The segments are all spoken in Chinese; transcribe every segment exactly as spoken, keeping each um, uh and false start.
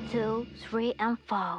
two, three, and four.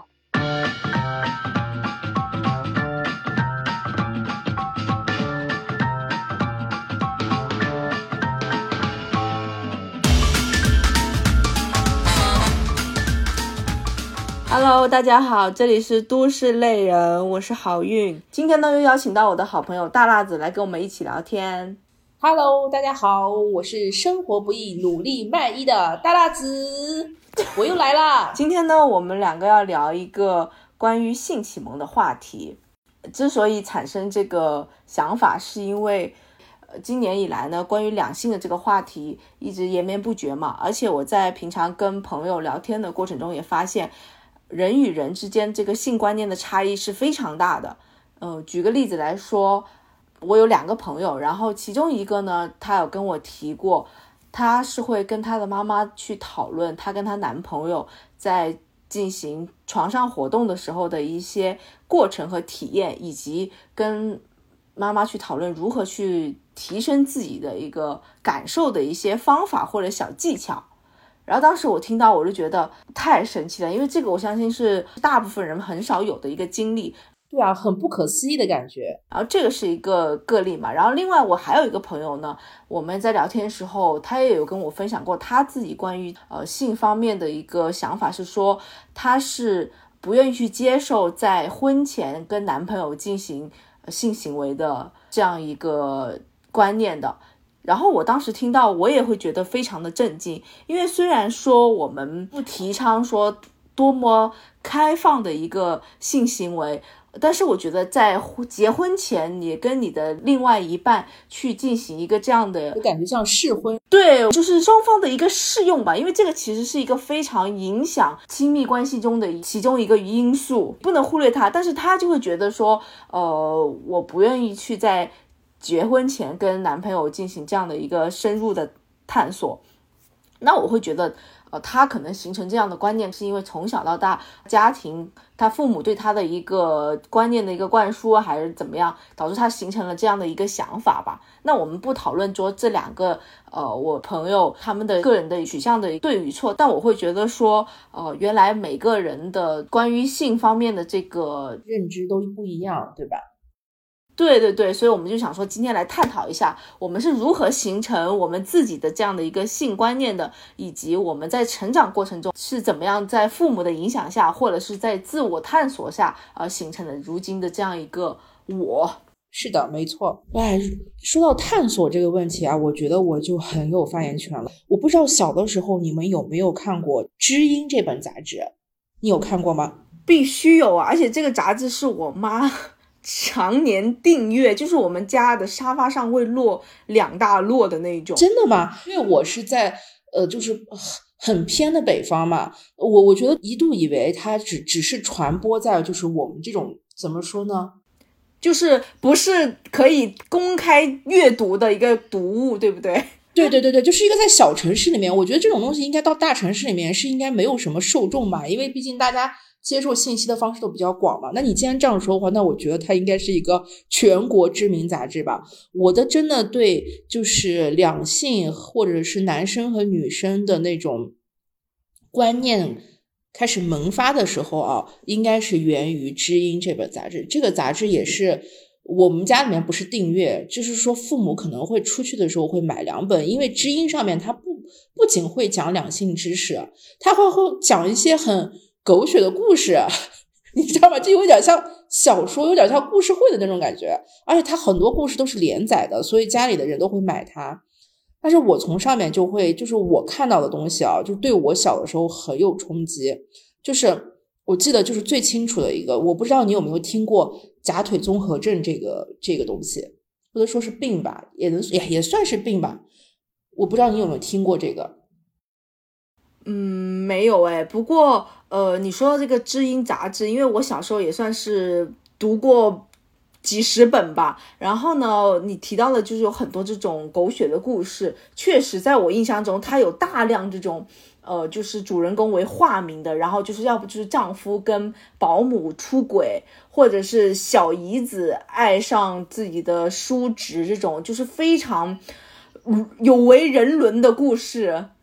Hello， 大家好，这里是都市类人，我是好运。今天呢，又邀请到我的好朋友大辣子来跟我们一起聊天。 Hello， 大家好，我是生活不易，努力卖艺的大辣子，我又来啦。 今天呢，我们两个要聊一个关于性启蒙的话题。之所以产生这个想法，是因为今年以来呢，关于两性的这个话题一直延绵不绝嘛，而且我在平常跟朋友聊天的过程中也发现，人与人之间这个性观念的差异是非常大的。呃，举个例子来说，我有两个朋友，然后其中一个呢，她有跟我提过，她是会跟她的妈妈去讨论她跟她男朋友在进行床上活动的时候的一些过程和体验，以及跟妈妈去讨论如何去提升自己的一个感受的一些方法或者小技巧。然后当时我听到我就觉得太神奇了，因为这个我相信是大部分人很少有的一个经历。 对啊，很不可思议的感觉。 然后这个是一个个例嘛，然后另外我还有一个朋友呢，我们在聊天的时候他也有跟我分享过他自己关于呃性方面的一个想法，是说他是不愿意去接受在婚前跟男朋友进行性行为的这样一个观念的。然后我当时听到我也会觉得非常的震惊，因为虽然说我们不提倡说多么开放的一个性行为，但是我觉得在结婚前你跟你的另外一半去进行一个这样的， 就感觉像试婚， 对，就是双方的一个试用吧，因为这个其实是一个非常影响亲密关系中的其中一个因素，不能忽略它。但是他就会觉得说呃，我不愿意去在结婚前跟男朋友进行这样的一个深入的探索。那我会觉得呃，他可能形成这样的观念是因为从小到大家庭他父母对他的一个观念的一个灌输还是怎么样，导致他形成了这样的一个想法吧。那我们不讨论说这两个呃，我朋友他们的个人的取向的对与错，但我会觉得说呃，原来每个人的关于性方面的这个认知都不一样，对吧？ 对对对，所以我们就想说今天来探讨一下我们是如何形成我们自己的这样的一个性观念的，以及我们在成长过程中是怎么样在父母的影响下或者是在自我探索下呃形成的如今的这样一个我。 是的，没错。哎，说到探索这个问题啊，我觉得我就很有发言权了。我不知道小的时候你们有没有看过《知音》这本杂志，你有看过吗？ 必须有啊，而且这个杂志是我妈常年订阅，就是我们家的沙发上会落两大摞的那种。 真的吗？因为我是在呃，就是很偏的北方嘛，我我觉得一度以为它只只是传播在就是我们这种怎么说呢， 就是不是可以公开阅读的一个读物，对不对？ 对对对对，就是一个在小城市里面，我觉得这种东西应该到大城市里面是应该没有什么受众吧，因为毕竟大家接受信息的方式都比较广嘛。那你既然这样说的话，那我觉得它应该是一个全国知名杂志吧。我的真的对就是两性或者是男生和女生的那种观念开始萌发的时候啊，应该是源于知音这本杂志。这个杂志也是我们家里面不是订阅，就是说父母可能会出去的时候会买两本，因为知音上面它不不仅会讲两性知识，它会会讲一些很狗血的故事，你知道吗？这有点像小说，有点像故事会的那种感觉，而且它很多故事都是连载的，所以家里的人都会买它。但是我从上面就会就是我看到的东西啊，就对我小的时候很有冲击。就是我记得就是最清楚的一个，我不知道你有没有听过假腿综合症这个这个东西，或者说是病吧，也能也也算是病吧，我不知道你有没有听过这个。 嗯，没有哎，不过呃，你说的这个知音杂志，因为我小时候也算是读过几十本吧，然后呢你提到的就是有很多这种狗血的故事，确实在我印象中它有大量这种呃，就是主人公为化名的，然后就是要不就是丈夫跟保姆出轨，或者是小姨子爱上自己的叔侄，这种就是非常有违人伦的故事。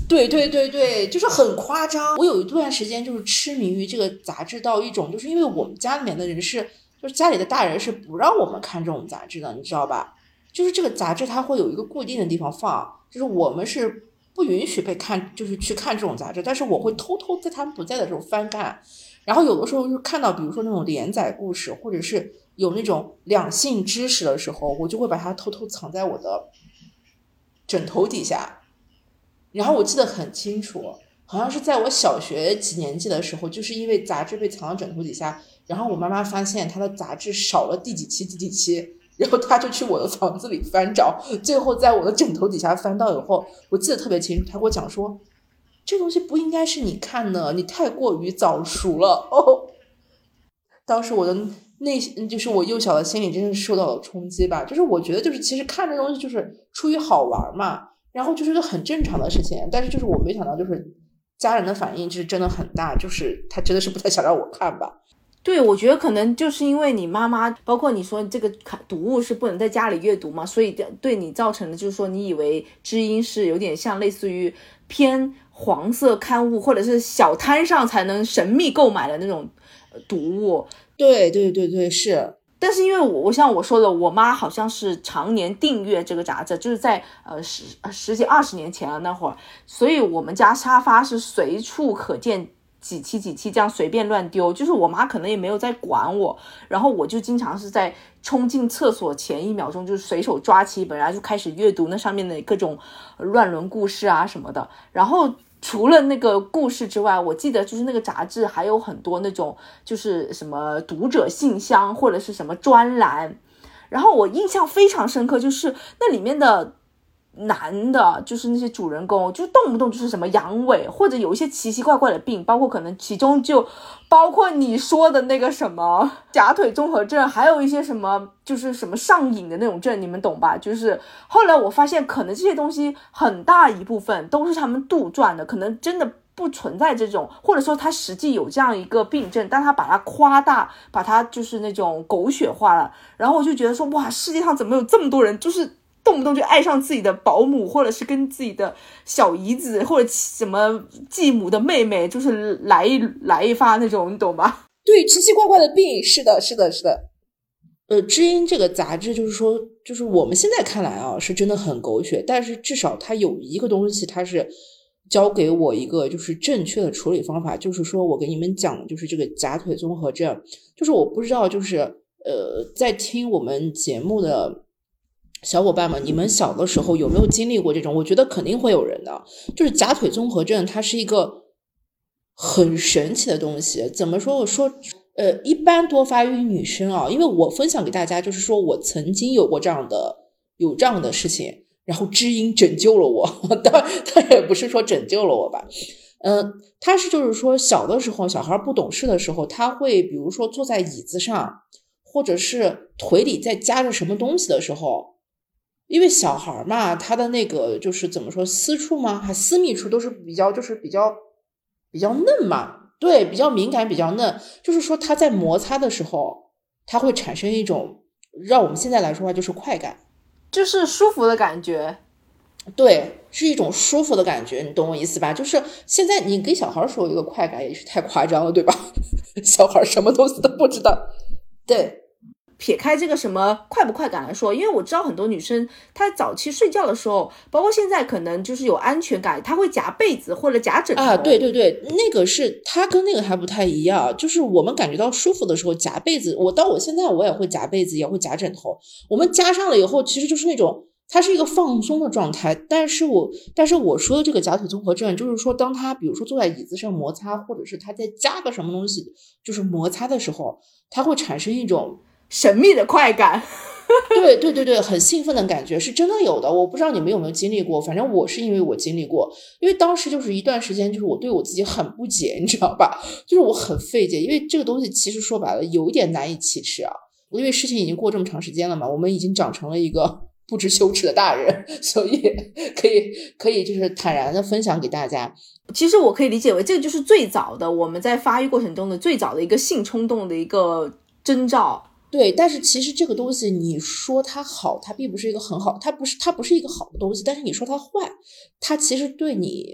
对对对对，就是很夸张。我有一段时间就是痴迷于这个杂志到一种，就是因为我们家里面的人是，就是家里的大人是不让我们看这种杂志的，你知道吧？就是这个杂志它会有一个固定的地方放，就是我们是不允许被看，就是去看这种杂志，但是我会偷偷在他们不在的时候翻看，然后有的时候就看到比如说那种连载故事，或者是有那种两性知识的时候，我就会把它偷偷藏在我的枕头底下。然后我记得很清楚，好像是在我小学几年级的时候，就是因为杂志被藏到枕头底下，然后我妈妈发现她的杂志少了第几期第几期，然后她就去我的房子里翻找，最后在我的枕头底下翻到以后，我记得特别清楚，她给我讲说，这东西不应该是你看的，你太过于早熟了哦。当时我的内就是我幼小的心理真是受到了冲击吧，就是我觉得就是其实看这东西就是出于好玩嘛，然后就是一个很正常的事情，但是就是我没想到就是家人的反应就是真的很大，就是他真的是不太想让我看吧。 对，我觉得可能就是因为你妈妈，包括你说这个读物是不能在家里阅读嘛，所以对你造成的就是说你以为知音是有点像类似于偏黄色刊物或者是小摊上才能神秘购买的那种读物。 对对对对，是。 但是因为我我像我说的，我妈好像是常年订阅这个杂志，就是在呃十十几二十年前了那会儿，所以我们家沙发是随处可见几期几期这样随便乱丢，就是我妈可能也没有在管我，然后我就经常是在冲进厕所前一秒钟就是随手抓起一本，然后就开始阅读那上面的各种乱伦故事啊什么的。然后除了那个故事之外，我记得就是那个杂志还有很多那种就是什么读者信箱或者是什么专栏，然后我印象非常深刻，就是那里面的男的，就是那些主人公，就动不动就是什么阳痿，或者有一些奇奇怪怪的病，包括可能其中就包括你说的那个什么假腿综合症，还有一些什么就是什么上瘾的那种症，你们懂吧？就是后来我发现可能这些东西很大一部分都是他们杜撰的，可能真的不存在这种，或者说他实际有这样一个病症，但他把它夸大，把它就是那种狗血化了。然后我就觉得说，哇，世界上怎么有这么多人就是动不动就爱上自己的保姆，或者是跟自己的小姨子或者什么继母的妹妹就是来一来一发那种，你懂吧？ 对，奇奇怪怪的病，是的是的是的。呃，知音这个杂志就是说，就是我们现在看来啊是真的很狗血，但是至少它有一个东西，它是教给我一个就是正确的处理方法，就是说我给你们讲就是这个假腿综合症，就是我不知道就是呃在听我们节目的小伙伴们，你们小的时候有没有经历过这种？我觉得肯定会有人的。就是假腿综合症，它是一个很神奇的东西。怎么说？我说，呃，一般多发于女生啊，因为我分享给大家，就是说我曾经有过这样的有这样的事情，然后知音拯救了我，当然也不是说拯救了我吧。嗯、呃，他是就是说小的时候，小孩不懂事的时候，他会比如说坐在椅子上，或者是腿里再夹着什么东西的时候。因为小孩嘛，他的那个就是怎么说，私处嘛，还私密处都是比较就是比较比较嫩嘛，对，比较敏感，比较嫩。就是说他在摩擦的时候，他会产生一种让我们现在来说话就是快感， 就是舒服的感觉。 对，是一种舒服的感觉，你懂我意思吧？就是现在你给小孩说一个快感也是太夸张了，对吧？小孩什么东西都不知道，对。 撇开这个什么快不快感来说，因为我知道很多女生她早期睡觉的时候，包括现在可能就是有安全感，她会夹被子或者夹枕头啊，对对对，那个是它跟那个还不太一样，就是我们感觉到舒服的时候夹被子，我到我现在我也会夹被子，也会夹枕头，我们夹上了以后其实就是那种它是一个放松的状态。但是我但是我说的这个假腿综合症，就是说当他比如说坐在椅子上摩擦，或者是他在夹个什么东西就是摩擦的时候，它会产生一种神秘的快感。 对对对对，很兴奋的感觉是真的有的。我不知道你们有没有经历过，反正我是因为我经历过，因为当时就是一段时间就是我对我自己很不解，你知道吧，就是我很费解，因为这个东西其实说白了有点难以启齿啊，因为事情已经过这么长时间了嘛，我们已经长成了一个不知羞耻的大人，所以可以可以就是坦然的分享给大家。 其实我可以理解为这个就是最早的我们在发育过程中的最早的一个性冲动的一个征兆。 对，但是其实这个东西你说它好，它并不是一个很好，它不是它不是一个好的东西，但是你说它坏，它其实对你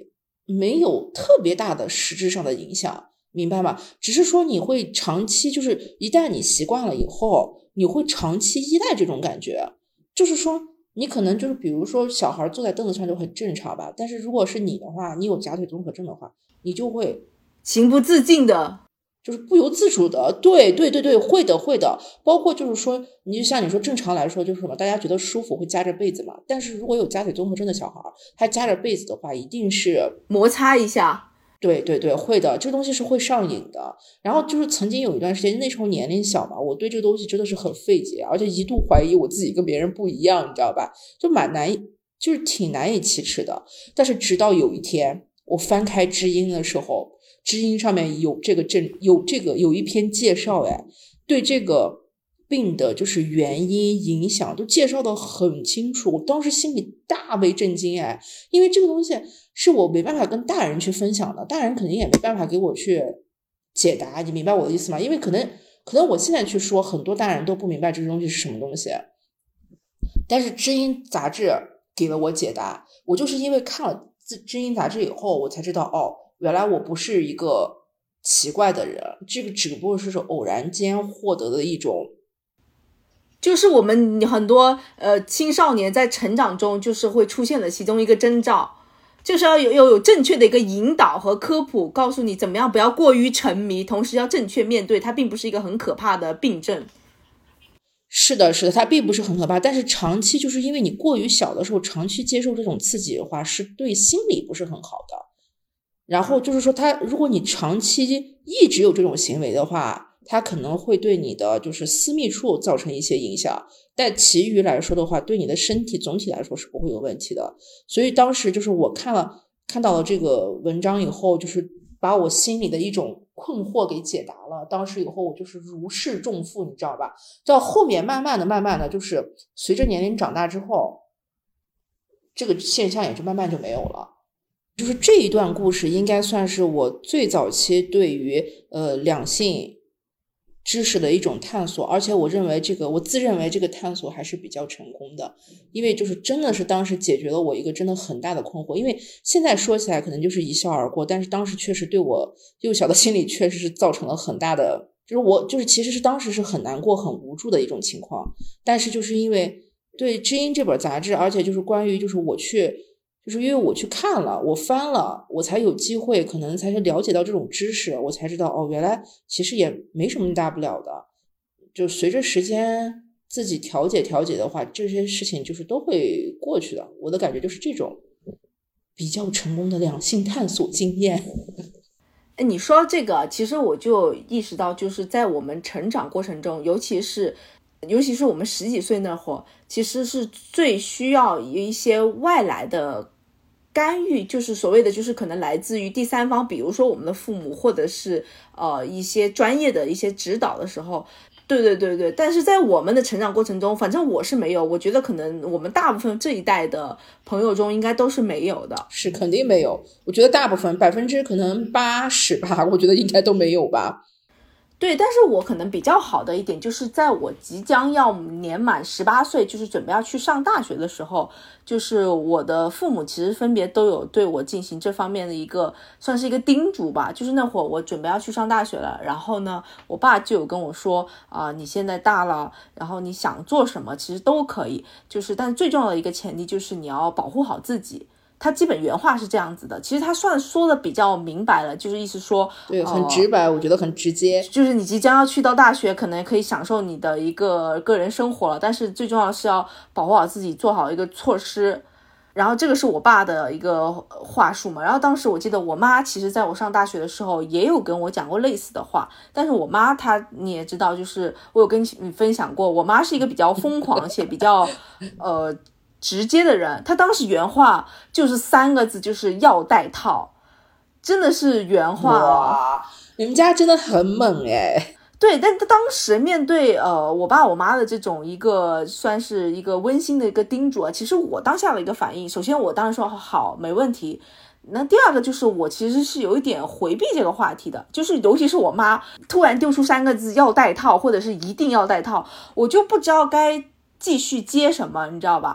没有特别大的实质上的影响，明白吗？只是说你会长期，就是一旦你习惯了以后，你会长期依赖这种感觉。就是说你可能就是比如说小孩坐在凳子上就很正常吧，但是如果是你的话，你有夹腿综合症的话，你就会情不自禁的， 就是不由自主的，对对对对，会的会的。包括就是说，你就像你说，正常来说就是什么，大家觉得舒服会夹着被子嘛。但是如果有夹腿综合症的小孩，他夹着被子的话，一定是摩擦一下。 对对对，会的，这东西是会上瘾的。然后就是曾经有一段时间，那时候年龄小嘛，我对这个东西真的是很费解，而且一度怀疑我自己跟别人不一样，你知道吧？就蛮难，就是挺难以启齿的。但是直到有一天，我翻开知音的时候，知音上面有这个症，有这个有一篇介绍，哎，对这个病的就是原因影响都介绍的很清楚。我当时心里大为震惊，哎，因为这个东西是我没办法跟大人去分享的，大人肯定也没办法给我去解答，你明白我的意思吗？因为可能可能我现在去说，很多大人都不明白这个东西是什么东西，但是知音杂志给了我解答。我就是因为看了知音杂志以后，我才知道，哦，原来我不是一个奇怪的人，这个只不过是偶然间获得的一种， 就是我们很多呃青少年在成长中就是会出现的其中一个征兆，就是要有要有正确的一个引导和科普，告诉你怎么样不要过于沉迷，同时要正确面对它，并不是一个很可怕的病症。 是的是的，它并不是很可怕，但是长期就是因为你过于小的时候长期接受这种刺激的话，是对心理不是很好的。然后就是说他如果你长期一直有这种行为的话，它可能会对你的就是私密处造成一些影响，但其余来说的话，对你的身体总体来说是不会有问题的。所以当时就是我看了看到了这个文章以后，就是把我心里的一种困惑给解答了。当时以后我就是如释重负，你知道吧？到后面慢慢的慢慢的就是随着年龄长大之后，这个现象也就慢慢就没有了。就是这一段故事应该算是我最早期对于呃两性知识的一种探索，而且我认为这个我自认为这个探索还是比较成功的，因为就是真的是当时解决了我一个真的很大的困惑。因为现在说起来可能就是一笑而过，但是当时确实对我幼小的心理确实是造成了很大的，就是我就是其实是当时是很难过很无助的一种情况。但是就是因为对知音这本杂志，而且就是关于就是我去就是因为我去看了，我翻了，我才有机会可能才是了解到这种知识，我才知道哦，原来其实也没什么大不了的。就随着时间自己调节调节的话，这些事情就是都会过去的。我的感觉就是这种比较成功的两性探索经验。 哎，你说这个，其实我就意识到，就是在我们成长过程中，尤其是尤其是我们十几岁那会儿，其实是最需要一些外来的干预，就是所谓的就是可能来自于第三方，比如说我们的父母，或者是呃一些专业的一些指导的时候。对对对对，但是在我们的成长过程中，反正我是没有，我觉得可能我们大部分这一代的朋友中应该都是没有的。 是肯定没有，我觉得大部分百分之可能八十吧，我觉得应该都没有吧。 对，但是我可能比较好的一点就是在我即将要年满十八岁，就是准备要去上大学的时候，就是我的父母其实分别都有对我进行这方面的一个算是一个叮嘱吧。就是那会儿我准备要去上大学了，然后呢我爸就有跟我说啊、呃，你现在大了，然后你想做什么其实都可以，就是但最重要的一个前提就是你要保护好自己。他基本原话是这样子的，其实他算说的比较明白了，就是意思说对，很直白、呃、我觉得很直接， 就是你即将要去到大学，可能可以享受你的一个个人生活了，但是最重要的是要保护好自己，做好一个措施。然后这个是我爸的一个话术嘛。然后当时我记得我妈其实在我上大学的时候也有跟我讲过类似的话，但是我妈她你也知道，就是我有跟你分享过，我妈是一个比较疯狂且比较呃直接的人。他当时原话就是三个字，就是要带套，真的是原话。 哇，你们家真的很猛哎。 对，但当时面对呃我爸我妈的这种一个算是一个温馨的一个叮嘱啊，其实我当下的一个反应，首先我当时说好没问题，那第二个就是我其实是有一点回避这个话题的，就是尤其是我妈突然丢出三个字要带套或者是一定要带套，我就不知道该继续接什么，你知道吧。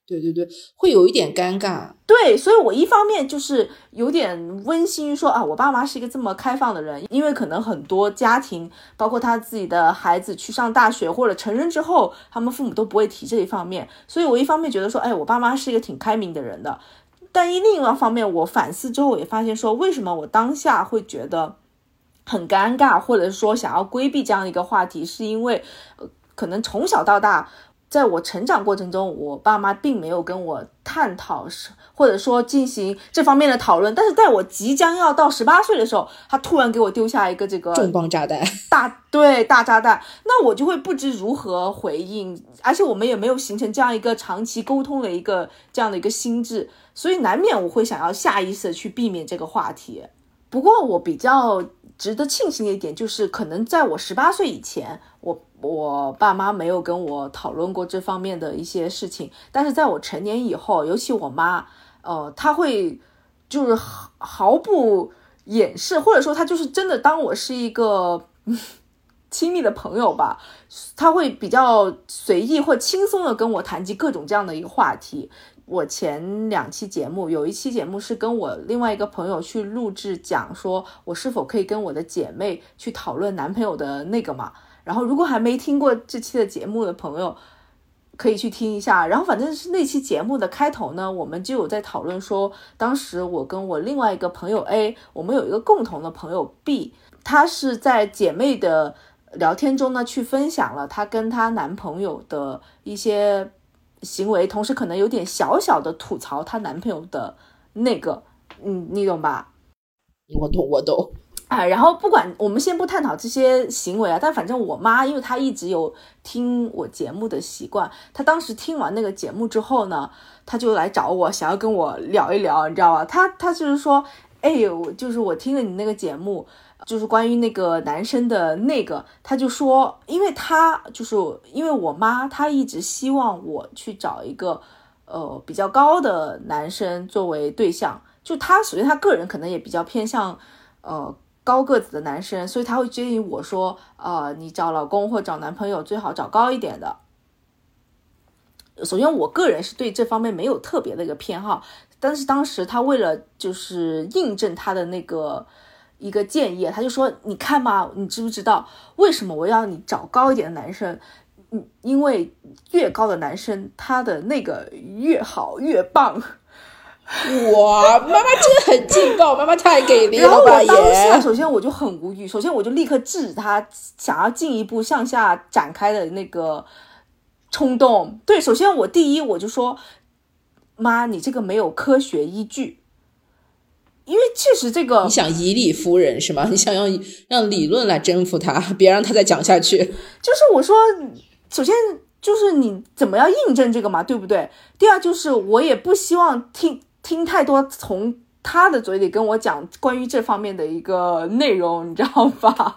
对对对，会有一点尴尬。 对，所以我一方面就是有点温馨说啊，我爸妈是一个这么开放的人，因为可能很多家庭包括他自己的孩子去上大学或者成人之后，他们父母都不会提这一方面，所以我一方面觉得说，哎，我爸妈是一个挺开明的人的，但另一方面我反思之后也发现说，为什么我当下会觉得很尴尬，或者说想要规避这样一个话题，是因为、呃、可能从小到大在我成长过程中，我爸妈并没有跟我探讨或者说进行这方面的讨论，但是在我即将要到十八岁的时候，他突然给我丢下一个这个重磅炸弹， 大对大炸弹，那我就会不知如何回应，而且我们也没有形成这样一个长期沟通的一个这样的一个心智，所以难免我会想要下意识的去避免这个话题。不过我比较值得庆幸的一点就是，可能在我十八岁以前，我我爸妈没有跟我讨论过这方面的一些事情，但是在我成年以后，尤其我妈，呃，她会就是毫不掩饰，或者说她就是真的当我是一个亲密的朋友吧，她会比较随意或轻松的跟我谈及各种这样的一个话题。我前两期节目有一期节目是跟我另外一个朋友去录制，讲说我是否可以跟我的姐妹去讨论男朋友的那个嘛，然后如果还没听过这期的节目的朋友可以去听一下。然后反正是那期节目的开头呢，我们就有在讨论说，当时我跟我另外一个朋友 A， 我们有一个共同的朋友 B， 她是在姐妹的聊天中呢去分享了她跟她男朋友的一些行为，同时可能有点小小的吐槽她男朋友的那个，嗯，你懂吧？ 我懂我懂啊，然后不管我们先不探讨这些行为啊，但反正我妈因为她一直有听我节目的习惯，她当时听完那个节目之后呢，她就来找我，想要跟我聊一聊，你知道吧？她她就是说，哎，我就是我听了你那个节目，就是关于那个男生的那个，她就说，因为她就是因为我妈她一直希望我去找一个呃比较高的男生作为对象，就她首先她个人可能也比较偏向呃高个子的男生，所以他会建议我说，呃，你找老公或找男朋友最好找高一点的。首先我个人是对这方面没有特别的一个偏好，但是当时他为了就是印证他的那个一个建议，他就说，你看嘛，你知不知道为什么我要你找高一点的男生？嗯，因为越高的男生他的那个越好越棒。 哇，妈妈真的很劲爆，妈妈太给力了吧！ 然后我当下首先我就很无语，首先我就立刻制止他想要进一步向下展开的那个冲动。对，首先我第一我就说，妈，你这个没有科学依据，因为确实这个你想以理服人是吗？你想要让理论来征服他，别让他再讲下去。 就是我说，首先就是你怎么要印证这个嘛，对不对？第二就是我也不希望听听太多从他的嘴里跟我讲关于这方面的一个内容，你知道吧？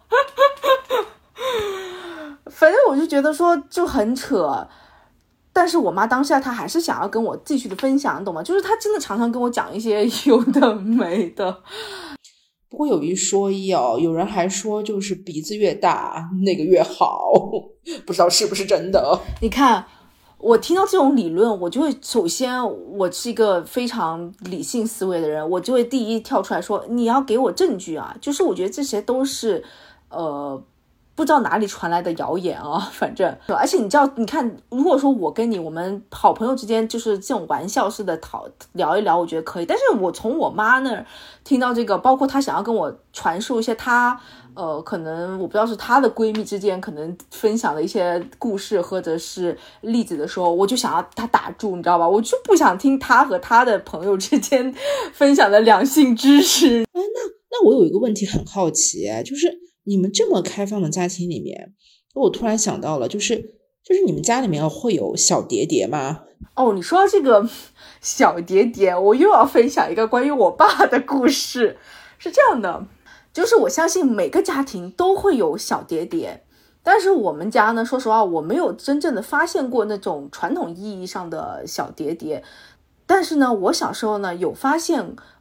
反正我就觉得说就很扯，但是我妈当下她还是想要跟我继续的分享，懂吗？就是她真的常常跟我讲一些有的没的。 不过有一说一哦，有人还说就是鼻子越大那个越好，不知道是不是真的。 你看我听到这种理论，我就会首先我是一个非常理性思维的人，我就会第一跳出来说，你要给我证据啊！就是我觉得这些都是呃不知道哪里传来的谣言啊，反正而且你知道，你看，如果说我跟你我们好朋友之间就是这种玩笑式的讨聊一聊，我觉得可以，但是我从我妈那儿听到这个，包括她想要跟我传授一些她呃，可能我不知道是她的闺蜜之间可能分享的一些故事或者是例子的时候，我就想要她打住，你知道吧？我就不想听她和她的朋友之间分享的两性知识。 哎，那那我有一个问题很好奇，就是你们这么开放的家庭里面，我突然想到了，就是就是你们家里面会有小叠叠吗？ 哦，你说到这个小叠叠，我又要分享一个关于我爸的故事。是这样的，就是我相信每个家庭都会有小叠叠，但是我们家呢，说实话，我没有真正的发现过那种传统意义上的小叠叠。但是呢，我小时候呢有发现，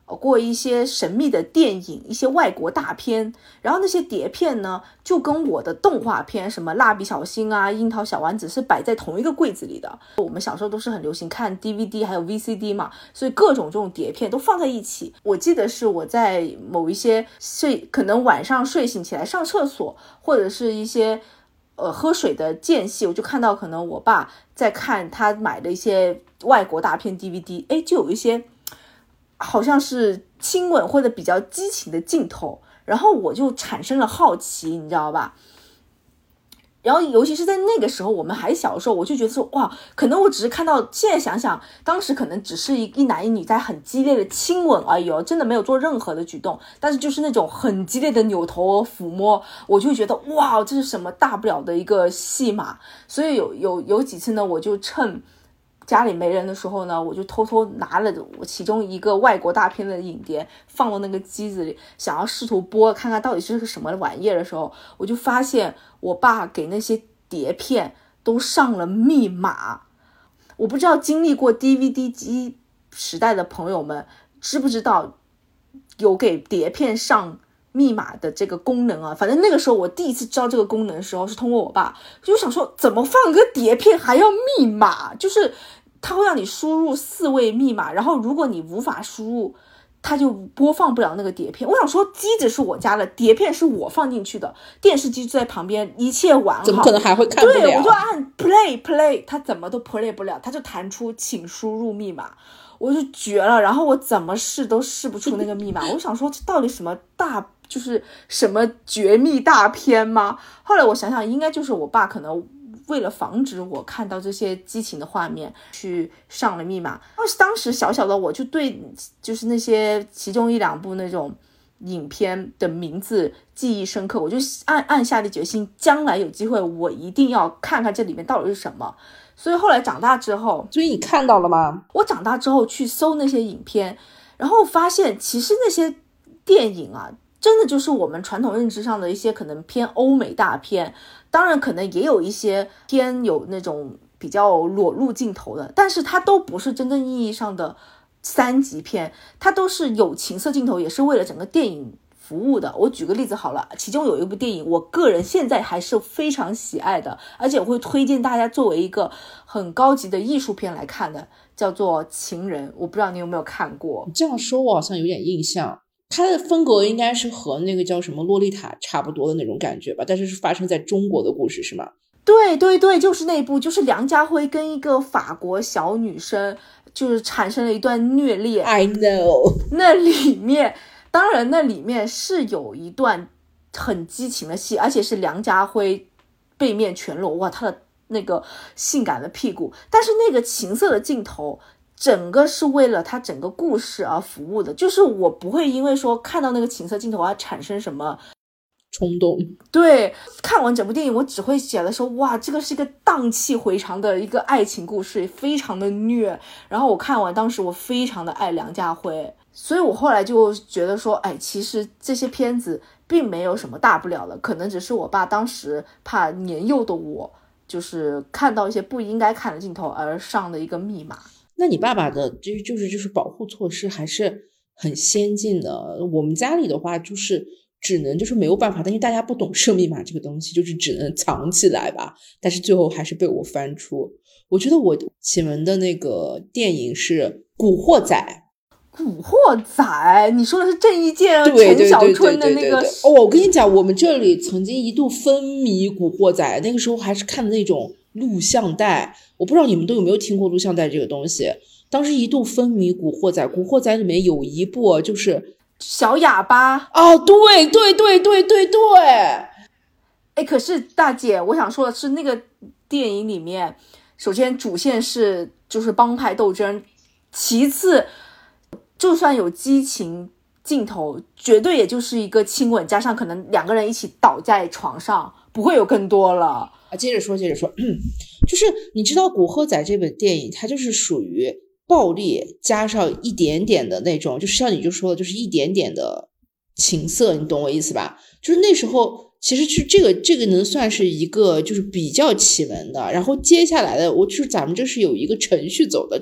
过一些神秘的电影，一些外国大片，然后那些碟片呢就跟我的动画片什么蜡笔小新啊樱桃小丸子是摆在同一个柜子里的。我们小时候都是很流行看 D V D 还有 V C D 嘛，所以各种这种碟片都放在一起。我记得是我在某一些睡可能晚上睡醒起来上厕所，或者是一些呃喝水的间隙，我就看到可能我爸在看他买的一些外国大片 D V D， 诶，就有一些好像是亲吻或者比较激情的镜头，然后我就产生了好奇，你知道吧？然后尤其是在那个时候我们还小的时候，我就觉得说哇，可能我只是看到，现在想想当时可能只是一男一女在很激烈的亲吻而已哦，真的没有做任何的举动，但是就是那种很激烈的扭头抚摸，我就觉得哇，这是什么大不了的一个戏码。所以有有有几次呢，我就趁家里没人的时候呢，我就偷偷拿了我其中一个外国大片的影碟放到那个机子里，想要试图播看看到底是个什么玩意儿的时候，我就发现我爸给那些碟片都上了密码。我不知道经历过 D V D 机时代的朋友们知不知道有给碟片上密码的这个功能啊？反正那个时候我第一次知道这个功能的时候是通过我爸，就想说怎么放个碟片还要密码，就是它会让你输入四位密码，然后如果你无法输入，它就播放不了那个碟片。我想说机子是我家的，碟片是我放进去的，电视机就在旁边，一切完好， 怎么可能还会看不了？ 对，我就按 play play， 它怎么都 play 不了，它就弹出请输入密码，我就绝了。然后我怎么试都试不出那个密码，我想说这到底什么大就是什么绝密大片吗？后来我想想，应该就是我爸可能为了防止我看到这些激情的画面去上了密码。当时小小的我就对就是那些其中一两部那种影片的名字记忆深刻，我就暗暗下定决心，将来有机会我一定要看看这里面到底是什么。所以后来长大之后， 所以你看到了吗？ 我长大之后去搜那些影片，然后发现其实那些电影啊，真的就是我们传统认知上的一些可能偏欧美大片，当然可能也有一些偏有那种比较裸露镜头的，但是它都不是真正意义上的三级片，它都是有情色镜头，也是为了整个电影服务的。我举个例子好了，其中有一部电影我个人现在还是非常喜爱的，而且我会推荐大家作为一个很高级的艺术片来看的，叫做《情人》，我不知道你有没有看过。 你这样说我好像有点印象，它的风格应该是和那个叫什么洛丽塔差不多的那种感觉吧，但是是发生在中国的故事是吗？ 对对对，就是那部，就是梁家辉跟一个法国小女生就是产生了一段虐恋。 I know， 那里面当然那里面是有一段很激情的戏，而且是梁家辉背面全裸，哇，他的那个性感的屁股，但是那个情色的镜头整个是为了他整个故事而服务的，就是我不会因为说看到那个情色镜头而产生什么冲动。 对，看完整部电影我只会觉得说哇，这个是一个荡气回肠的一个爱情故事，非常的虐。然后我看完当时我非常的爱梁家辉，所以我后来就觉得说哎，其实这些片子并没有什么大不了的，可能只是我爸当时怕年幼的我就是看到一些不应该看的镜头而上的一个密码。 那你爸爸的就是就是就是保护措施还是很先进的。我们家里的话就是只能就是没有办法，但是大家不懂设密码这个东西，就是只能藏起来吧，但是最后还是被我翻出。我觉得我启蒙的那个电影是古惑仔。 古惑仔，你说的是郑伊健陈小春的那个？ 哦，我跟你讲，我们这里曾经一度风靡古惑仔，那个时候还是看的那种录像带，我不知道你们都有没有听过录像带这个东西。当时一度风靡古惑仔，古惑仔里面有一部就是小哑巴。 哦，对对对对对对。 哎，可是大姐，我想说的是，那个电影里面，首先主线是就是帮派斗争，其次就算有激情镜头，绝对也就是一个亲吻，加上可能两个人一起倒在床上，不会有更多了。 啊，接着说接着说就是你知道《古惑仔》这本电影它就是属于暴力加上一点点的那种，就是像你就说的就是一点点的情色，你懂我意思吧？就是那时候其实是这个这个能算是一个就是比较启蒙的，然后接下来的我就是咱们这是有一个程序走的，就是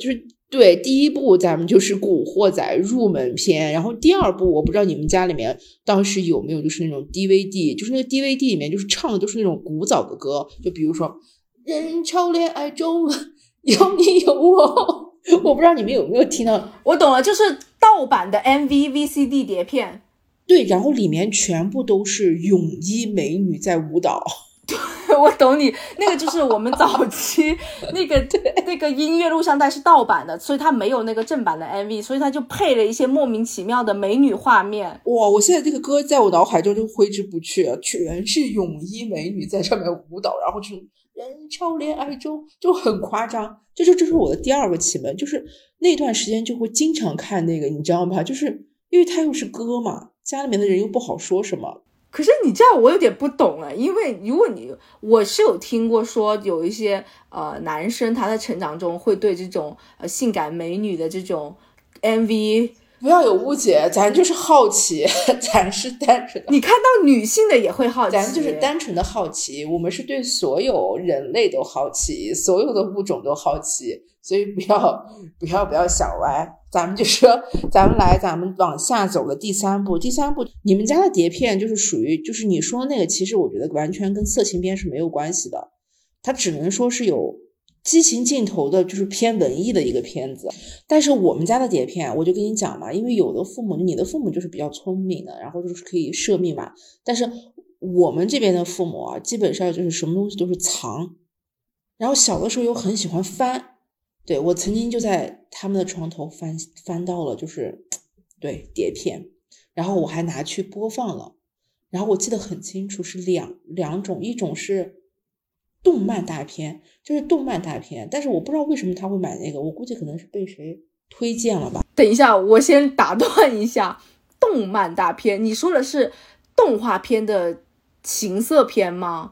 对，第一部咱们就是古惑仔入门篇，然后第二部我不知道你们家里面当时有没有就是那种 D V D， 就是那个 D V D 里面就是唱的都是那种古早的歌，就比如说人潮恋爱中有你有我，我不知道你们有没有听到。 我懂了，就是盗版的 M V V C D 碟片。 对，然后里面全部都是泳衣美女在舞蹈。 我懂你，那个就是我们早期那个那个音乐录像带是盗版的，所以它没有那个正版的 M V， 所以它就配了一些莫名其妙的美女画面。 哇，我现在这个歌在我脑海中就挥之不去，全是泳衣美女在上面舞蹈，然后就是人潮恋爱中，就很夸张。这就这是我的第二个启蒙，就是那段时间就会经常看那个，你知道吗？就是因为它又是歌嘛，家里面的人又不好说什么。 可是你这样我有点不懂了，因为如果你我是有听过说有一些呃男生他在成长中会对这种呃性感美女的这种 M V， 不要有误解，咱就是好奇，咱是单纯的。 你看到女性的也会好奇， 咱就是单纯的好奇，我们是对所有人类都好奇，所有的物种都好奇，所以不要不要不要想歪。咱们就说咱们来咱们往下走的第三步。第三步你们家的碟片就是属于就是你说的那个，其实我觉得完全跟色情片是没有关系的，它只能说是有激情镜头的，就是偏文艺的一个片子。但是我们家的碟片我就跟你讲嘛，因为有的父母你的父母就是比较聪明的，然后就是可以设密码，但是我们这边的父母啊，基本上就是什么东西都是藏，然后小的时候又很喜欢翻。对，我曾经就在他们的床头翻翻到了就是对碟片，然后我还拿去播放了，然后我记得很清楚是两两种，一种是动漫大片，就是动漫大片，但是我不知道为什么他会买那个，我估计可能是被谁推荐了吧。 等一下，我先打断一下，动漫大片，你说的是动画片的情色片吗？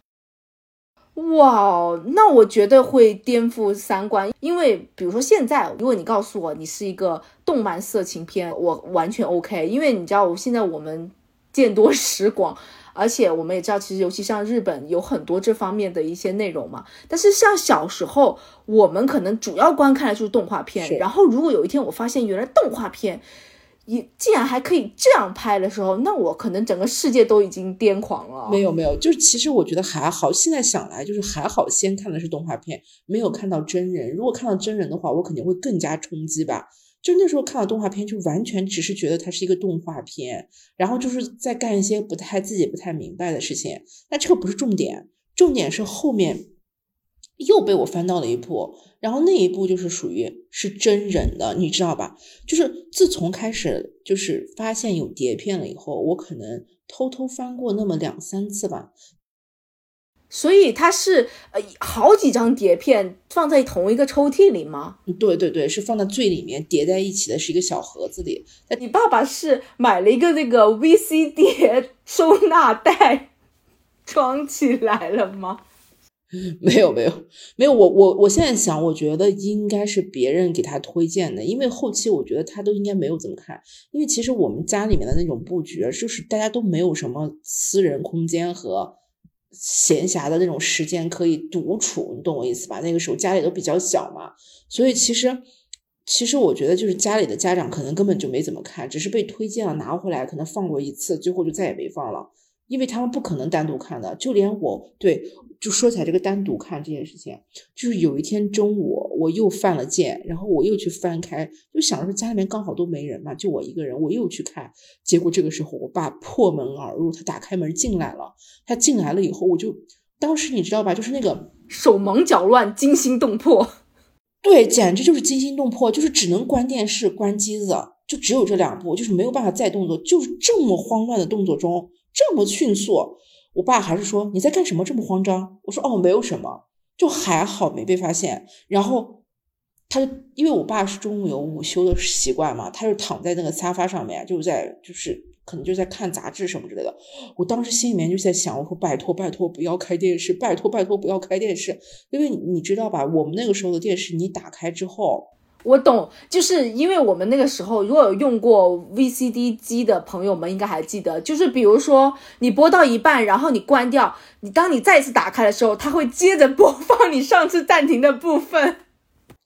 哇，那我觉得会颠覆三观，因为比如说现在如果你告诉我你是一个动漫色情片，我完全 OK， 因为你知道现在我们见多识广，而且我们也知道其实尤其像日本有很多这方面的一些内容嘛，但是像小时候我们可能主要观看的就是动画片，然后如果有一天我发现原来动画片也竟然还可以这样拍的时候，那我可能整个世界都已经癫狂了。 没有没有，就是其实我觉得还好，现在想来就是还好，先看的是动画片，没有看到真人。如果看到真人的话，我肯定会更加冲击吧。就那时候看到动画片，就完全只是觉得它是一个动画片，然后就是在干一些不太自己不太明白的事情。那这个不是重点，重点是后面又被我翻到了一部，然后那一部就是属于是真人的，你知道吧？就是自从开始就是发现有碟片了以后，我可能偷偷翻过那么两三次吧。 所以它是呃好几张碟片放在同一个抽屉里吗？ 对对对，是放在最里面叠在一起的，是一个小盒子里。 你爸爸是买了一个那个 V C D 收纳袋装起来了吗？ 没有没有没有，我我我现在想，我觉得应该是别人给他推荐的，因为后期我觉得他都应该没有怎么看，因为其实我们家里面的那种布局，就是大家都没有什么私人空间和闲暇的那种时间可以独处，你懂我意思吧？那个时候家里都比较小嘛，所以其实其实我觉得就是家里的家长可能根本就没怎么看，只是被推荐了拿回来，可能放过一次，最后就再也没放了。因为他们不可能单独看的，就连我对就说起来这个单独看这件事情，就是有一天中午我又犯了贱，然后我又去翻开，就想着说家里面刚好都没人嘛，就我一个人，我又去看，结果这个时候我爸破门而入，他打开门进来了，他进来了以后，我就当时你知道吧，就是那个手忙脚乱，惊心动魄， 对，简直就是惊心动魄，就是只能关电视关机子，就只有这两步，就是没有办法再动作，就是这么慌乱的动作中这么迅速，我爸还是说你在干什么这么慌张，我说哦没有什么，就还好没被发现。然后他就因为我爸是中午有午休的习惯嘛，他就躺在那个沙发上面，就在就是可能就在看杂志什么之类的。我当时心里面就在想，我说拜托拜托不要开电视，拜托拜托不要开电视，因为你知道吧，我们那个时候的电视你打开之后， 我懂，就是因为我们那个时候如果有用过 V C D 机的朋友们应该还记得，就是比如说你播到一半然后你关掉，你当你再次打开的时候它会接着播放你上次暂停的部分。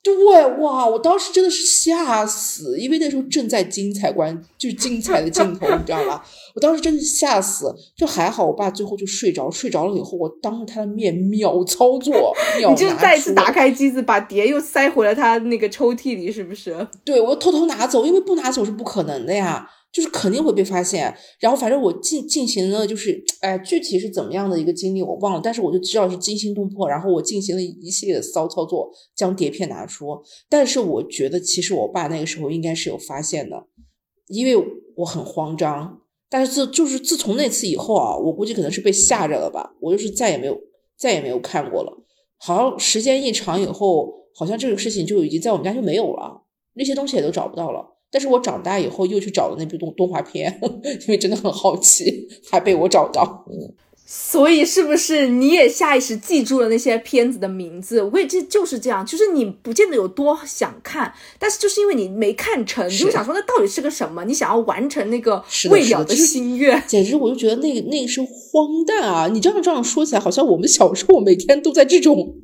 对，哇，我当时真的是吓死，因为那时候正在精彩关，就是精彩的镜头，你知道吧？我当时真的吓死，就还好，我爸最后就睡着，睡着了以后，我当着他的面秒操作，秒你就再次打开机子，把碟又塞回了他那个抽屉里，是不是？ 对，我偷偷拿走，因为不拿走是不可能的呀。就是肯定会被发现，然后反正我进进行了，就是哎，具体是怎么样的一个经历我忘了，但是我就知道是惊心动魄，然后我进行了一系列的骚操作，将碟片拿出。但是我觉得其实我爸那个时候应该是有发现的，因为我很慌张。但是自就是自从那次以后啊，我估计可能是被吓着了吧，我就是再也没有再也没有看过了。好像时间一长以后，好像这个事情就已经在我们家就没有了，那些东西也都找不到了。但是我长大以后又去找了那部动动画片，因为真的很好奇，还被我找到。 所以是不是你也下意识记住了那些片子的名字？我也这就是这样，就是你不见得有多想看，但是就是因为你没看成，你就想说那到底是个什么？你想要完成那个未了的心愿， 简直我就觉得那个那个是荒诞啊！你这样这样说起来，好像我们小时候每天都在这种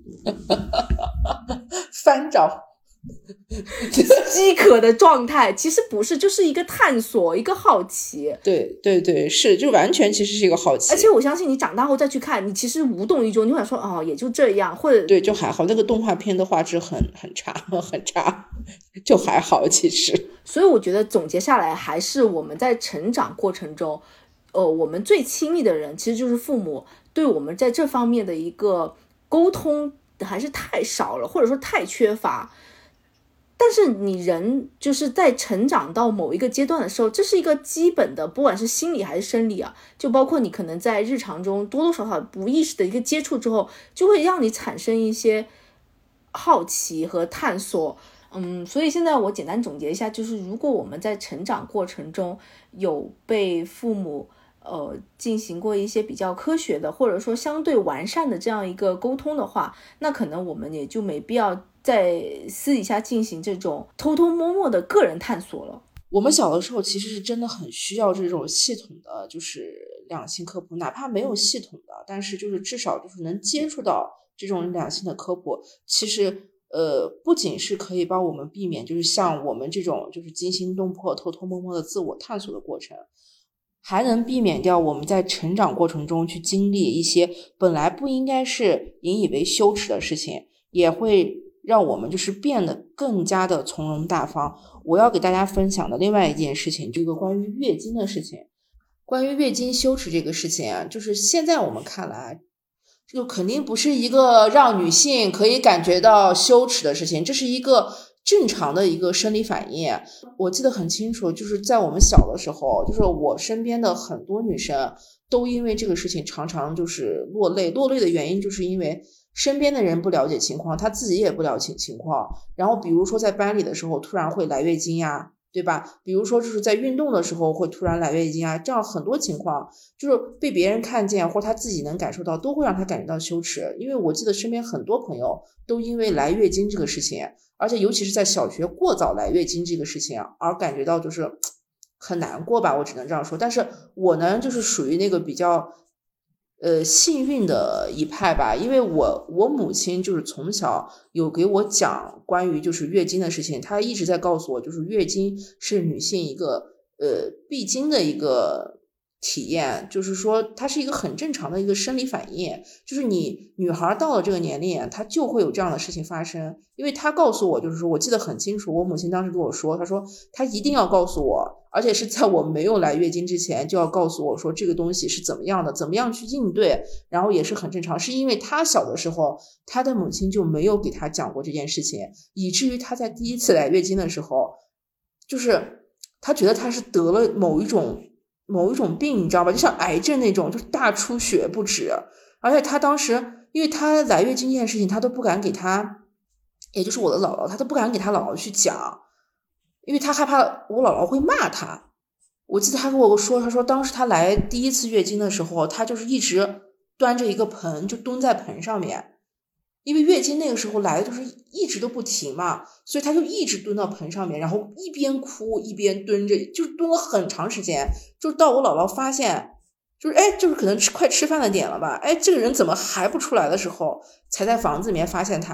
翻找。 饥渴的状态，其实不是，就是一个探索，一个好奇。 对对对，是，就完全其实是一个好奇。 而且我相信你长大后再去看，你其实无动于衷，你会想说哦，也就这样，或者对，就还好。那个动画片的画质很很差，很差，就还好其实。 所以我觉得总结下来，还是我们在成长过程中，呃，我们最亲密的人其实就是父母，对我们在这方面的一个沟通还是太少了，或者说太缺乏。但是你人就是在成长到某一个阶段的时候，这是一个基本的，不管是心理还是生理啊，就包括你可能在日常中多多少少不意识的一个接触之后，就会让你产生一些好奇和探索。嗯，所以现在我简单总结一下，就是如果我们在成长过程中有被父母呃进行过一些比较科学的或者说相对完善的这样一个沟通的话，那可能我们也就没必要在私底下进行这种偷偷摸摸的个人探索了。 我们小的时候其实是真的很需要这种系统的就是两性科普，哪怕没有系统的，但是就是至少就是能接触到这种两性的科普，其实呃，不仅是可以帮我们避免就是像我们这种就是惊心动魄偷偷摸摸的自我探索的过程，还能避免掉我们在成长过程中去经历一些本来不应该是引以为羞耻的事情，也会让我们就是变得更加的从容大方。我要给大家分享的另外一件事情，这个关于月经的事情。关于月经羞耻这个事情啊，就是现在我们看来就肯定不是一个让女性可以感觉到羞耻的事情，这是一个正常的一个生理反应。我记得很清楚，就是在我们小的时候，就是我身边的很多女生都因为这个事情常常就是落泪。落泪的原因就是因为身边的人不了解情况，她自己也不了解情况，然后比如说在班里的时候突然会来月经呀，对吧？比如说就是在运动的时候会突然来月经啊，这样很多情况就是被别人看见或他自己能感受到，都会让他感觉到羞耻。因为我记得身边很多朋友都因为来月经这个事情，而且尤其是在小学过早来月经这个事情而感觉到就是很难过吧，我只能这样说。但是我呢就是属于那个比较呃，幸运的一派吧，因为我我母亲就是从小有给我讲关于就是月经的事情，她一直在告诉我，就是月经是女性一个呃必经的一个体验，就是说它是一个很正常的一个生理反应，就是你女孩到了这个年龄，她就会有这样的事情发生。因为她告诉我，就是说我记得很清楚，我母亲当时跟我说，她说她一定要告诉我，而且是在我没有来月经之前就要告诉我说这个东西是怎么样的，怎么样去应对，然后也是很正常。是因为她小的时候她的母亲就没有给她讲过这件事情，以至于她在第一次来月经的时候，就是她觉得她是得了某一种某一种病，你知道吧，就像癌症那种，就是大出血不止。而且她当时因为她来月经这件事情她都不敢给她，也就是我的姥姥，她都不敢给她姥姥去讲，因为她害怕我姥姥会骂她。我记得她跟我说，她说当时她来第一次月经的时候，她就是一直端着一个盆，就蹲在盆上面，因为月经那个时候来的就是一直都不停嘛，所以她就一直蹲到盆上面，然后一边哭一边蹲着，就是蹲了很长时间，就到我姥姥发现就是哎，就是可能吃快吃饭的点了吧，哎，这个人怎么还不出来的时候，才在房子里面发现他。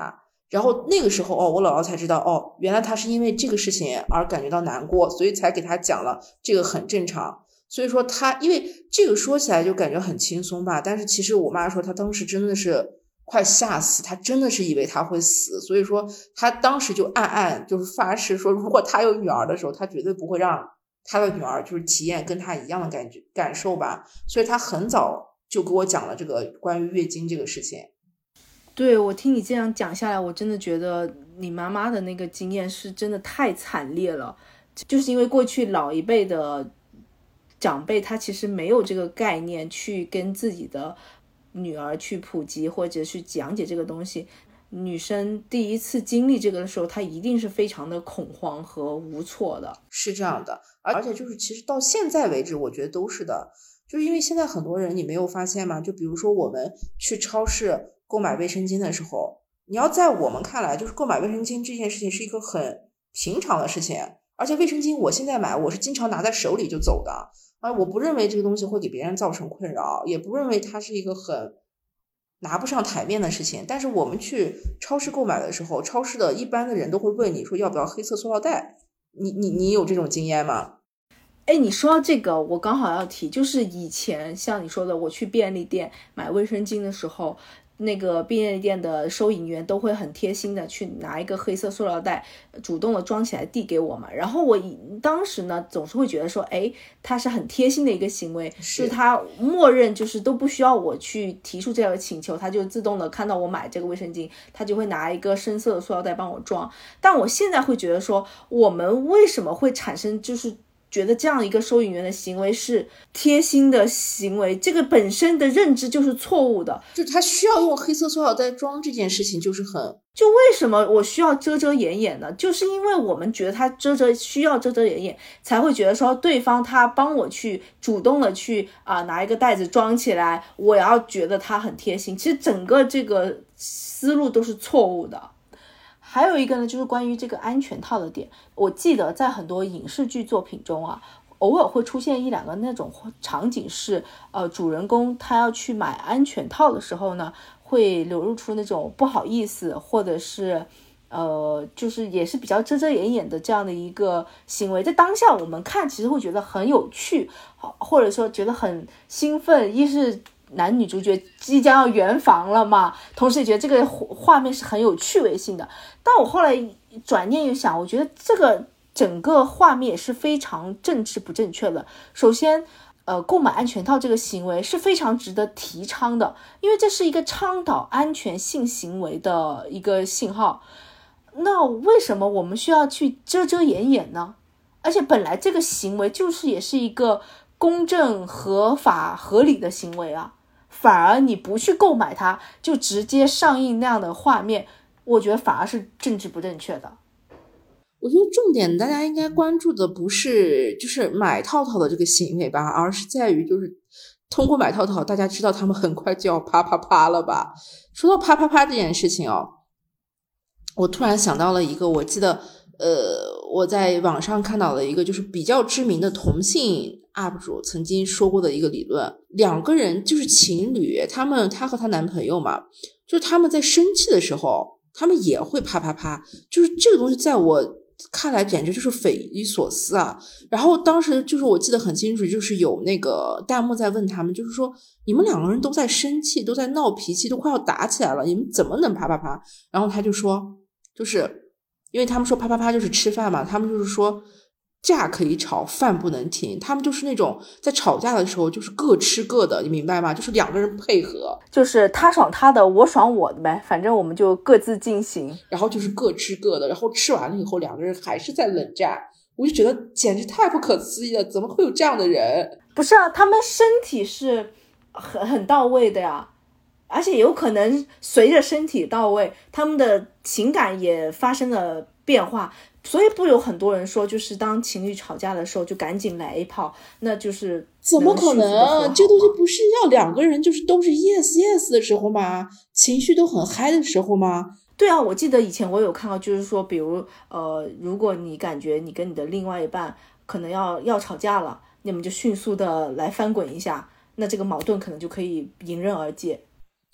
然后那个时候哦，我姥姥才知道哦，原来她是因为这个事情而感觉到难过，所以才给她讲了这个很正常。所以说她因为这个说起来就感觉很轻松吧，但是其实我妈说她当时真的是快吓死，她真的是以为她会死，所以说她当时就暗暗就是发誓说，如果她有女儿的时候，她绝对不会让她的女儿就是体验跟她一样的感觉感受吧。所以她很早就给我讲了这个关于月经这个事情。 对，我听你这样讲下来，我真的觉得你妈妈的那个经验是真的太惨烈了，就是因为过去老一辈的长辈他其实没有这个概念去跟自己的女儿去普及或者去讲解这个东西，女生第一次经历这个的时候，她一定是非常的恐慌和无措的。 是这样的，而且就是其实到现在为止我觉得都是的，就是因为现在很多人你没有发现吗？就比如说我们去超市购买卫生巾的时候，你要在我们看来就是购买卫生巾这件事情是一个很平常的事情，而且卫生巾我现在买我是经常拿在手里就走的啊，我不认为这个东西会给别人造成困扰，也不认为它是一个很拿不上台面的事情。但是我们去超市购买的时候，超市的一般的人都会问你说要不要黑色塑料袋，你你你有这种经验吗？ 哎，你说到这个，我刚好要提，就是以前像你说的，我去便利店买卫生巾的时候，那个便利店的收银员都会很贴心的去拿一个黑色塑料袋，主动的装起来递给我嘛。然后我当时呢，总是会觉得说，哎，他是很贴心的一个行为，是就是他默认就是都不需要我去提出这样的请求，他就自动的看到我买这个卫生巾，他就会拿一个深色的塑料袋帮我装。但我现在会觉得说，我们为什么会产生就是觉得这样一个收银员的行为是贴心的行为，这个本身的认知就是错误的。 就他需要用黑色塑料袋装这件事情就是很， 就为什么我需要遮遮掩掩呢？就是因为我们觉得他遮遮需要遮遮掩掩，才会觉得说对方他帮我去主动的去啊、呃、拿一个袋子装起来，我要觉得他很贴心。其实整个这个思路都是错误的。还有一个呢，就是关于这个安全套的点，我记得在很多影视剧作品中啊，偶尔会出现一两个那种场景是，呃，主人公他要去买安全套的时候呢，会流露出那种不好意思，或者是，呃，就是也是比较遮遮掩掩的这样的一个行为。在当下我们看，其实会觉得很有趣，或者说觉得很兴奋，一是男女主角即将要圆房了嘛，同时也觉得这个画面是很有趣味性的。但我后来转念一想，我觉得这个整个画面也是非常政治不正确的。首先呃，购买安全套这个行为是非常值得提倡的，因为这是一个倡导安全性行为的一个信号。那为什么我们需要去遮遮掩掩呢？而且本来这个行为就是也是一个公正合法合理的行为啊，反而你不去购买它，就直接上映那样的画面，我觉得反而是政治不正确的。 我觉得重点大家应该关注的不是就是买套套的这个行为吧，而是在于就是通过买套套，大家知道他们很快就要啪啪啪了吧。说到啪啪啪这件事情哦，我突然想到了一个，我记得呃我在网上看到了一个就是比较知名的同性 U P 主曾经说过的一个理论，两个人就是情侣，他们她和她男朋友嘛，就是他们在生气的时候他们也会啪啪啪，就是这个东西在我看来简直就是匪夷所思啊。然后当时就是我记得很清楚，就是有那个弹幕在问他们，就是说你们两个人都在生气，都在闹脾气，都快要打起来了，你们怎么能啪啪啪？然后他就说，就是因为他们说啪啪啪就是吃饭嘛，他们就是说架可以吵，饭不能停。他们就是那种在吵架的时候就是各吃各的，你明白吗？就是两个人配合， 就是他爽他的，我爽我的呗，反正我们就各自进行， 然后就是各吃各的，然后吃完了以后两个人还是在冷战。我就觉得简直太不可思议了，怎么会有这样的人？ 不是啊，他们身体是很很到位的呀，而且有可能随着身体到位，他们的情感也发生了变化。所以不有很多人说，就是当情侣吵架的时候就赶紧来一炮，那就是怎么可能？这个东西不是要两个人就是都是 yes yes 的时候吗？情绪都很嗨的时候吗？ 对啊，我记得以前我有看到，就是说比如呃，如果你感觉你跟你的另外一半可能要要吵架了，你们就迅速的来翻滚一下，那这个矛盾可能就可以迎刃而解。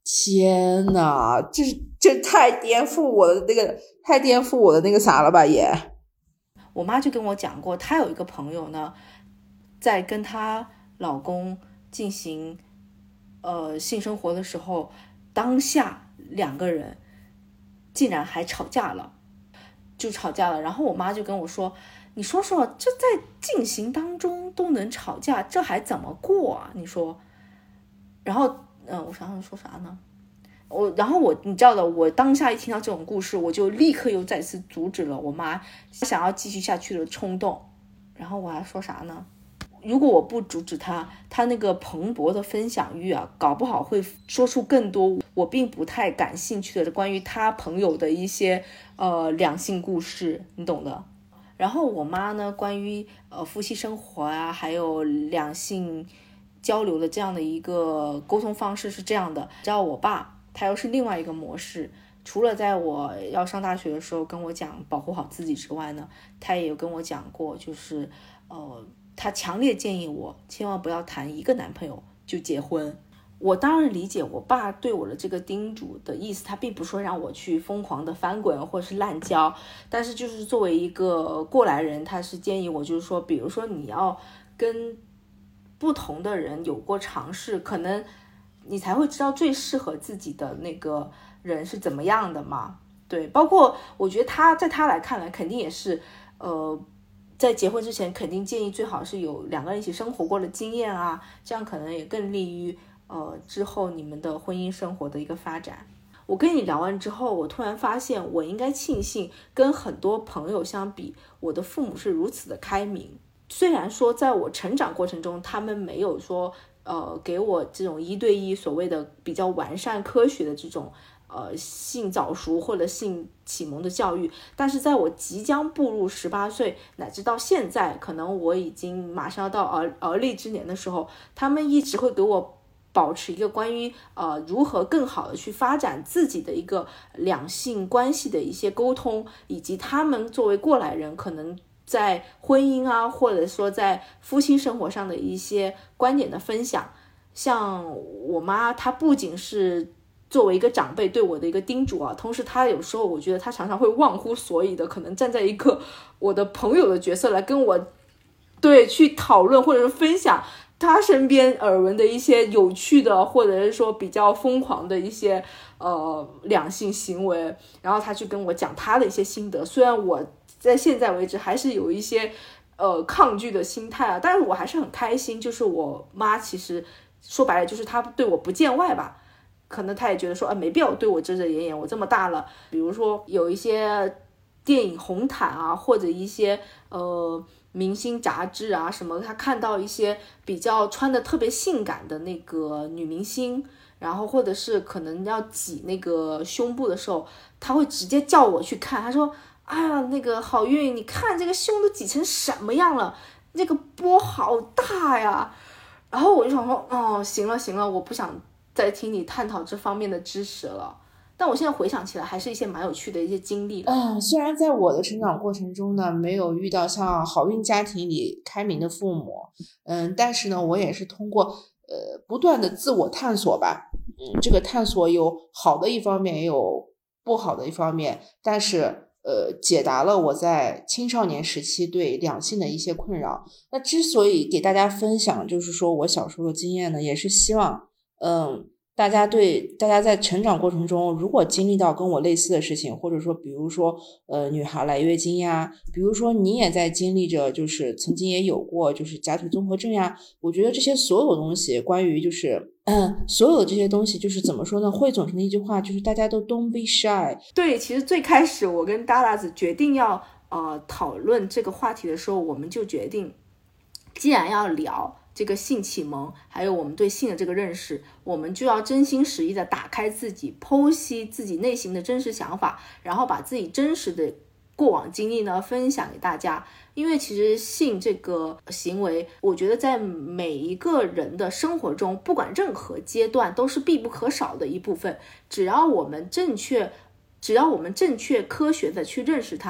天哪，这这太颠覆我的那个，太颠覆我的那个啥了吧也。 我妈就跟我讲过，她有一个朋友呢，在跟她老公进行呃性生活的时候，当下两个人竟然还吵架了，就吵架了。然后我妈就跟我说，你说说，这在进行当中都能吵架，这还怎么过啊？你说。然后嗯、呃，我想想说啥呢？我然后我你知道的，我当下一听到这种故事，我就立刻又再次阻止了我妈想要继续下去的冲动。然后我还说啥呢？如果我不阻止她，她那个蓬勃的分享欲啊，搞不好会说出更多我并不太感兴趣的关于她朋友的一些呃两性故事，你懂的。然后我妈呢，关于呃夫妻生活啊，还有两性交流的这样的一个沟通方式是这样的，知道我爸他又是另外一个模式，除了在我要上大学的时候跟我讲保护好自己之外呢，他也有跟我讲过，就是呃，他强烈建议我千万不要谈一个男朋友就结婚。我当然理解我爸对我的这个叮嘱的意思，他并不是说让我去疯狂的翻滚或是滥交，但是就是作为一个过来人，他是建议我，就是说比如说你要跟不同的人有过尝试，可能你才会知道最适合自己的那个人是怎么样的嘛。对，包括我觉得他在他来看来肯定也是呃，在结婚之前肯定建议最好是有两个人一起生活过的经验啊，这样可能也更利于呃之后你们的婚姻生活的一个发展。我跟你聊完之后，我突然发现我应该庆幸跟很多朋友相比，我的父母是如此的开明。虽然说在我成长过程中他们没有说呃给我这种一对一所谓的比较完善科学的这种呃性早熟或者性启蒙的教育，但是在我即将步入十八岁乃至到现在，可能我已经马上要到而而立之年的时候，他们一直会给我保持一个关于呃如何更好的去发展自己的一个两性关系的一些沟通，以及他们作为过来人可能在婚姻啊，或者说在夫妻生活上的一些观点的分享。像我妈，她不仅是作为一个长辈对我的一个叮嘱啊，同时她有时候我觉得她常常会忘乎所以的，可能站在一个我的朋友的角色来跟我对去讨论或者是分享他身边耳闻的一些有趣的或者是说比较疯狂的一些呃两性行为，然后他去跟我讲他的一些心得。虽然我在现在为止还是有一些呃抗拒的心态啊，但是我还是很开心，就是我妈其实说白了就是她对我不见外吧，可能她也觉得说、呃、没必要对我遮遮掩掩，我这么大了，比如说有一些电影红毯啊，或者一些呃明星杂志啊什么，她看到一些比较穿的特别性感的那个女明星，然后或者是可能要挤那个胸部的时候，她会直接叫我去看，她说哎呀，那个好运，你看这个胸都挤成什么样了，这个波好大呀。然后我就想说，哦，行了行了，我不想再听你探讨这方面的知识了。但我现在回想起来，还是一些蛮有趣的一些经历的。 嗯，虽然在我的成长过程中呢，没有遇到像好运家庭里开明的父母，嗯，但是呢，我也是通过呃不断的自我探索吧，嗯，这个探索有好的一方面，也有不好的一方面，但是呃，解答了我在青少年时期对两性的一些困扰。那之所以给大家分享，就是说我小时候的经验呢，也是希望，嗯，大家对大家在成长过程中，如果经历到跟我类似的事情，或者说比如说呃女孩来月经呀，比如说你也在经历着，就是曾经也有过就是假腿综合症呀，我觉得这些所有东西，关于就是嗯，所有的这些东西就是怎么说呢？汇总成的一句话，就是大家都 don't be shy。 对，其实最开始我跟达达子决定要呃讨论这个话题的时候，我们就决定，既然要聊这个性启蒙，还有我们对性的这个认识，我们就要真心实意的打开自己，剖析自己内心的真实想法，然后把自己真实的过往经历呢分享给大家。因为其实性这个行为，我觉得在每一个人的生活中，不管任何阶段都是必不可少的一部分。只要我们正确只要我们正确科学的去认识它，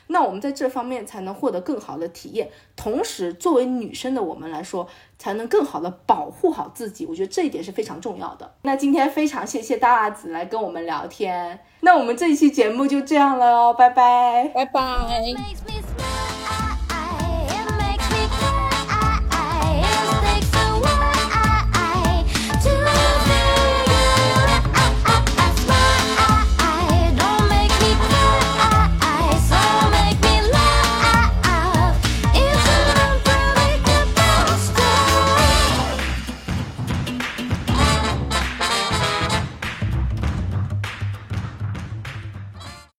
那我们在这方面才能获得更好的体验，同时作为女生的我们来说才能更好的保护好自己，我觉得这一点是非常重要的。那今天非常谢谢大辣子来跟我们聊天，那我们这一期节目就这样了哦，拜拜拜拜。